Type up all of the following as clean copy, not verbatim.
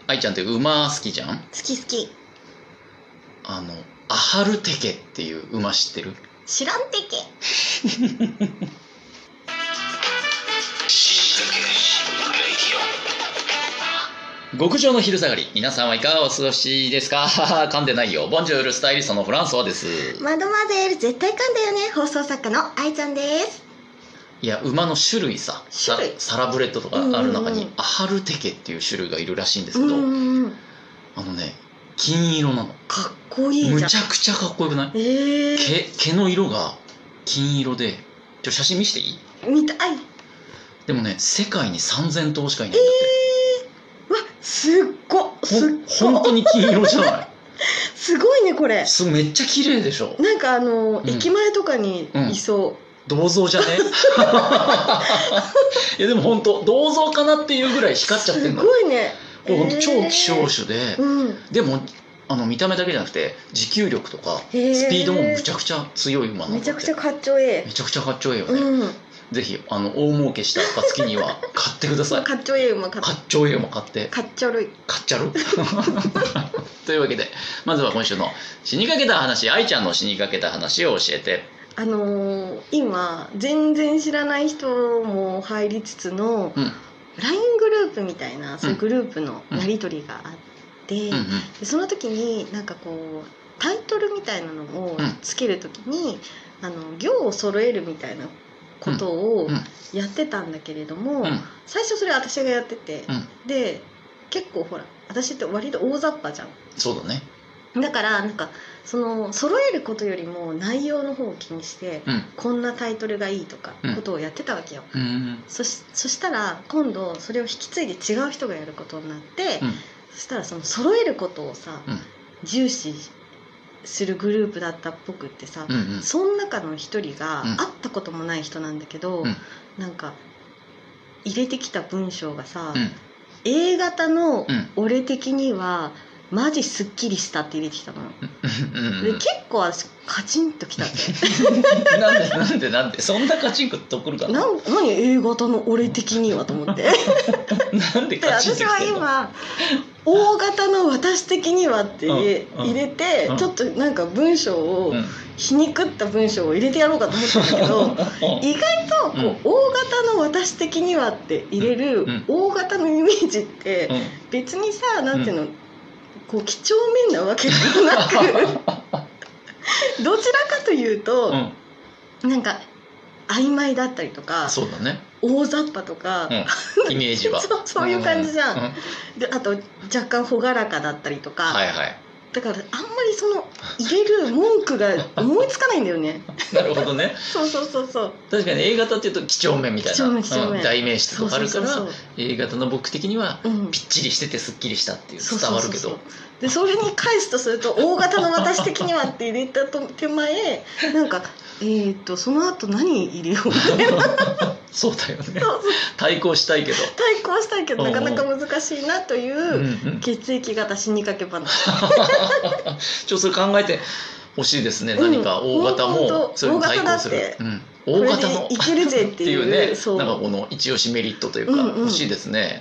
愛ちゃんって馬好きじゃん。 好き好き。 アハルテケっていう馬知ってる？ 知らんてけ。 極上の昼下がり、皆さんはいかがお過ごしですか？噛んでないよ。ボンジュール、スタイリストのフランソワです。 マドマゼール、絶対噛んだよね。放送作家の愛ちゃんです。 いや、馬の種類さ、 種類サラブレッドとかある中にアハルテケっていう種類がいるらしいんですけど、金色なの。 かっこいいじゃん。 むちゃくちゃかっこよくない？毛の色が金色で、写真見せていい？ 見たい。 でもね、世界に3000頭しかいないんだって。 わ、すっご本当に金色じゃない？ すごいねこれ。 めっちゃ綺麗でしょ。 なんか駅前とかにいそう。 銅像じゃね？いやでも本当銅像かなっていうぐらい光っちゃってるの。 すごいね。 本当超希少種で、でも見た目だけじゃなくて持久力とかスピードもむちゃくちゃ強い馬なので、 めちゃくちゃかっちょええ。 めちゃくちゃかっちょええよね。ぜひ大儲けした暁には買ってください。 かっちょええ馬買って。 かっちょええ馬買って。 かっちょるい。 かっちゃる。というわけでまずは今週の死にかけた話、愛ちゃんの死にかけた話を教えて。 今全然知らない人も入りつつの、LINE グループみたいなそういうグループのやり取りがあって、でその時になんかこうタイトルみたいなのをつける時に、行を揃えるみたいなことをやってたんだけれども、最初それ私がやってて、で結構ほら私って割と大雑把じゃん。 そうだね。 だからなんかその揃えることよりも内容の方を気にして、こんなタイトルがいいとかことをやってたわけよ。そしたら今度それを引き継いで違う人がやることになって、そしたらその揃えることをさ、重視するグループだったっぽくってさ、その中の一人が会ったこともない人なんだけど、なんか入れてきた文章がさ、A 型の俺的にはマジすっきりしたって入れてきたの。で結構私カチンときたって。 なんでそんなカチンとくるかな。 何 A 型の俺的にはと思って。 なんでカチンときてんの？ 私は今 O 型の私的にはって入れて、ちょっとなんか文章を皮肉った文章を入れてやろうかと思ったんだけど、意外とこう O 型の私的にはって入れる O 型のイメージって別にさ、なんていうの、こう几帳面なわけでもなくどちらかというと、なんか曖昧だったりとか、 そうだね、 大雑把とか、 イメージはそういう感じじゃん。であと若干朗らかだったりとか、だからあんまりその入れる文句が思いつかないんだよね。 なるほどね。 そう確かに A 型っていうと几帳面みたいな代名詞とかあるから、A 型の僕的にはぴっちりしててすっきりしたっていう伝わるけど、 でそれに返すとすると O 型の私的にはって入れた手前なんかその後何入れようみたいな。 そうだよね。対抗したいけどなかなか難しいなという血液型死にかけ話。 それ考えてほしいですね。何か O 型もそれに対抗する、O 型もいけるぜっていうね、 なんかこの一押しメリットというか欲しいですね。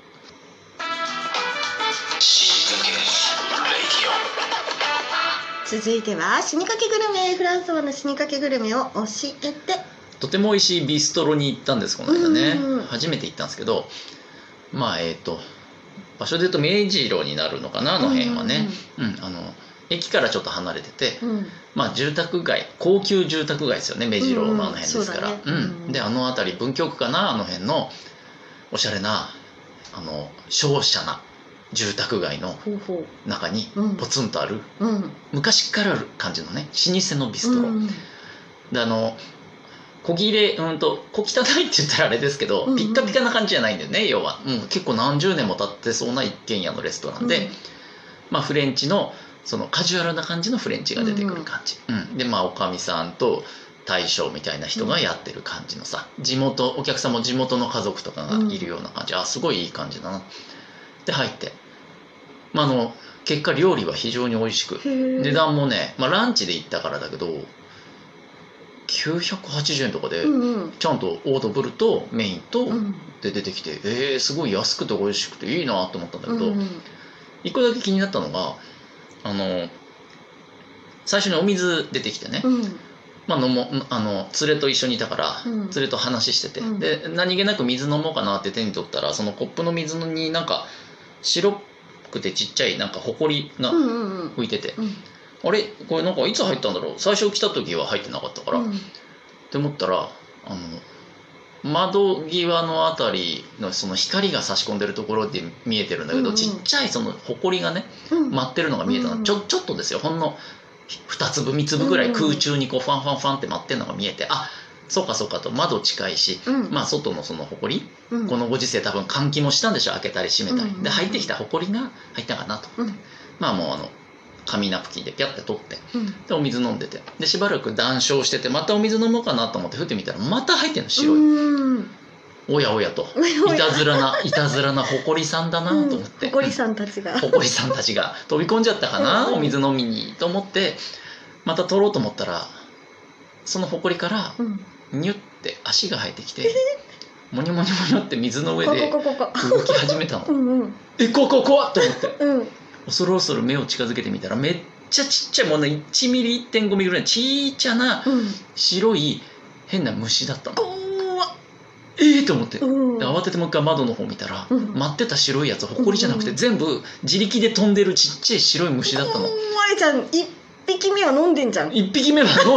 続いては死にかけグルメ、フランソワの死にかけグルメを教えて。 とても美味しいビストロに行ったんです、この間ね。初めて行ったんですけど、場所で言うと明治路になるのかな、あの辺はね。駅からちょっと離れてて、住宅街、高級住宅街ですよね、明治路のあの辺ですから。で辺り文京区かな、あの辺のおしゃれな商社な住宅街の中にポツンとある、昔からある感じのね老舗のビストロで、小汚いって言ったらあれですけど、ピッカピカな感じじゃないんだよね。要は結構何十年も経ってそうな一軒家のレストランで、フレンチのそのカジュアルな感じのフレンチが出てくる感じ、でおかみさんと大将みたいな人がやってる感じのさ、お客さんも地元の家族とかがいるような感じ、すごいいい感じだなで入って、結果料理は非常に美味しく、値段もね、ランチで行ったからだけど980円とかで、ちゃんとオードブルとメインとで出てきて、すごい安くて美味しくていいなと思ったんだけど、 一個だけ気になったのが最初にお水出てきてね、まあ連れと一緒にいたから、連れと話してて、で何気なく水飲もうかなって手に取ったら、そのコップの水になんか白くてちっちゃいなんかほこりが浮いてて、あれこれなんかいつ入ったんだろう、最初来た時は入ってなかったから、って思ったら窓際のあたりのその光が差し込んでるところで見えてるんだけど、ちっちゃいそのほこりがね、舞ってるのが見えたの、ちょっとですよ、ほんの2粒3粒ぐらい空中にこうファンファンファンって舞ってるのが見えて、あ、そうかそうかと、窓近いし、まあ外のそのほこり、このご時世多分換気もしたんでしょ、開けたり閉めたり、で入ってきたほこりが入ったかなと、まあもう紙ナプキンでピャッて取って、でお水飲んでて、でしばらく談笑してて、またお水飲もうかなと思って振ってみたらまた入ってんの、白い。おやおやと、いたずらなほこりさんだなと思って、 ほこりさんたちが飛び込んじゃったかな、お水飲みにと思ってまた取ろうと思ったら、そのほこりからニュッて足が生えてきて、モニョモニョモニョって水の上で動き始めたの。怖っと思って、恐る恐る目を近づけてみたら、めっちゃちっちゃい、もうね1ミリ1.5ミリぐらいちっちゃな白い変な虫だったの。と思って、で慌ててもう一回窓の方見たら、待ってた白いやつほこりじゃなくて、全部自力で飛んでるちっちゃい白い虫だったの。 怖いじゃん、1匹目は飲んでんじゃん。 1匹目は飲ん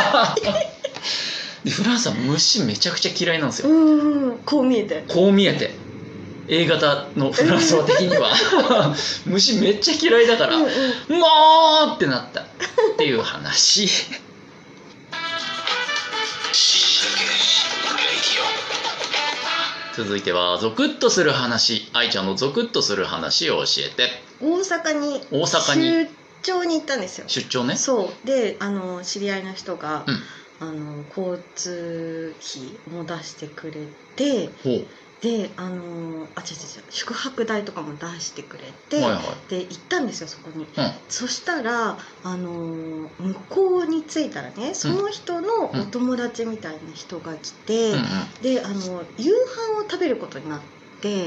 で、フランスは虫めちゃくちゃ嫌いなんですよ。 こう見えて A 型のフランスは的には虫めっちゃ嫌いだから、もうってなったっていう話。続いてはゾクッとする話。愛ちゃんのゾクッとする話を教えて。 大阪に出張に行ったんですよ。 出張ね。 そうで、知り合いの人が、交通費も出してくれて、で宿泊代とかも出してくれて、で行ったんですよ、そこに。そしたら向こうに着いたらね、その人のお友達みたいな人が来て、で夕飯を食べることになって、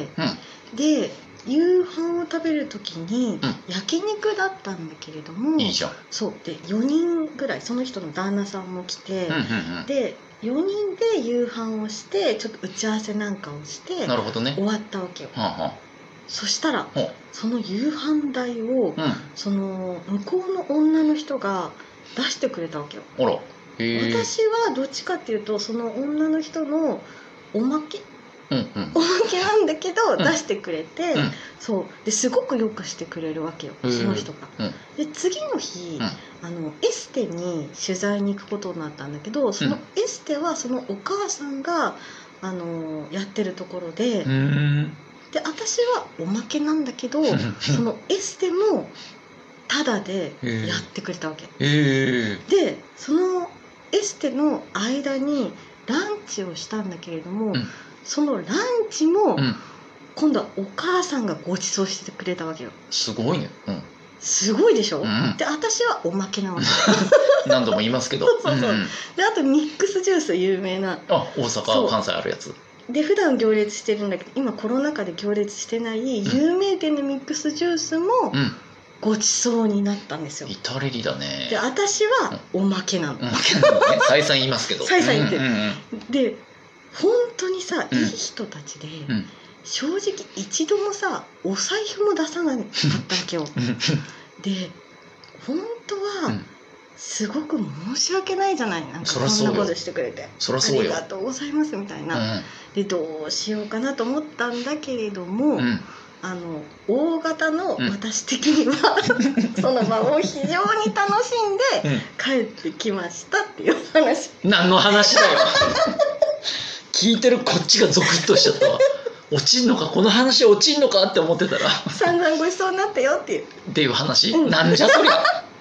で夕飯を食べる時に焼肉だったんだけれども、 いいじゃん。 そうで4人ぐらいその人の旦那さんも来て、で4人で夕飯をしてちょっと打ち合わせなんかをして、 なるほどね、 終わったわけよ。そしたらその夕飯代を、その向こうの女の人が出してくれたわけよ。私はどっちかっていうとその女の人のおまけなんだけど出してくれて、そうですごくよくしてくれるわけよ、その人が。で次の日、エステに取材に行くことになったんだけど、そのエステはそのお母さんがやってるところで、で私はおまけなんだけどそのエステもタダでやってくれたわけ。でそのエステの間にランチをしたんだけれども、そのランチも今度はお母さんがご馳走してくれたわけよ。 すごいね。 すごいでしょ。で私はおまけなわけ。 何度も言いますけど。 であとミックスジュース有名な、 大阪関西あるやつで普段行列してるんだけど、今コロナ禍で行列してない有名店のミックスジュースもご馳走になったんですよ。 至れりだね。 で私はおまけなの。 再三言いますけど。 再三言ってで本当にさ、いい人たちで、正直一度もさお財布も出さなかったわけよ。で本当はすごく申し訳ないじゃない、なんかこんなことしてくれてありがとうございますみたいな。でどうしようかなと思ったんだけれども、大型の私的には、その場を非常に楽しんで帰ってきましたっていう話。 何の話だよ。聞いてるこっちがゾクッとしちゃったわ。落ちんのか、この話落ちんのかって思ってたら散々ごちそうになったよっていう話、なんじゃそりゃ。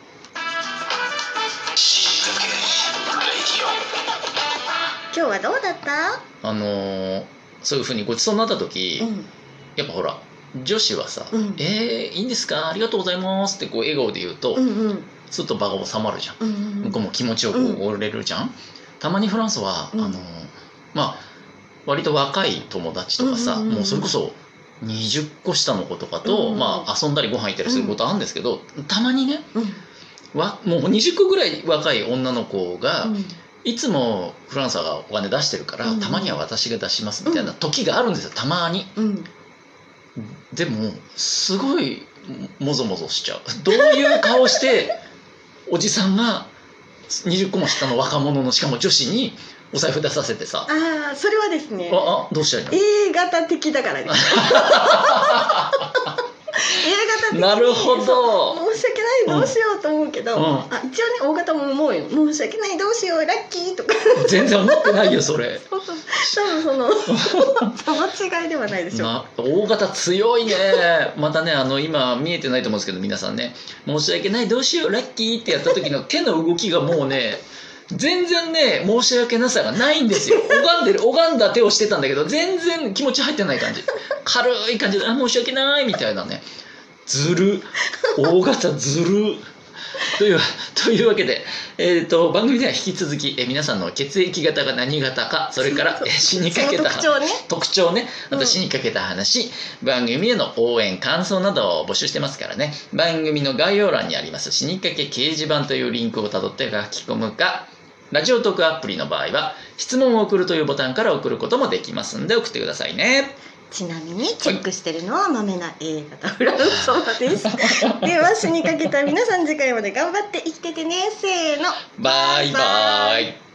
今日はどうだった？ そういう風にごちそうになった時、やっぱほら女子はさ、いいんですか、ありがとうございますってこう笑顔で言うと、ちょっと場が収まるじゃん、向こうも気持ちよくおれるじゃん。たまにフランスは、まあ割と若い友達とかさ、もうそれこそ 20個下の子とかと、まあ、遊んだりご飯行ったりすることあるんですけど、たまにね、もう20個ぐらい若い女の子が、いつもフランスがお金出してるから、たまには私が出しますみたいな時があるんですよ、たまに。でもすごいもぞもぞしちゃう。どういう顔しておじさんが20個も下の若者の、しかも女子にお財布出させてさ。 ああ、それはですね、 どうしたらいいの。 A 型的だからです。A 型的。 なるほど。 申し訳ない、どうしようと思うけど、一応ね、大型も思うよ。申し訳ない、どうしよう、ラッキーとか。 全然思ってないよそれ。 多分その違いではないでしょう。 大型強いね。またね、今見えてないと思うんですけど、皆さんね、申し訳ない、どうしよう、ラッキーってやった時の手の動きがもうね、全然ね、申し訳なさがないんですよ。拝んだ手をしてたんだけど、全然気持ち入ってない感じ。軽い感じで、申し訳ないみたいなね。ずる、大型ずる。というわけで、番組では引き続き、皆さんの血液型が何型か、それから死にかけた特徴ね、あと死にかけた話、番組への応援感想などを募集してますからね、番組の概要欄にあります死にかけ掲示板というリンクをたどって書き込むか、ラジオトークアプリの場合は質問を送るというボタンから送ることもできますんで、送ってくださいね。 ちなみにチェックしてるのはまめな A 型フランソワです。では死にかけた皆さん、次回まで頑張って生きててね。せーの、 バイバイ。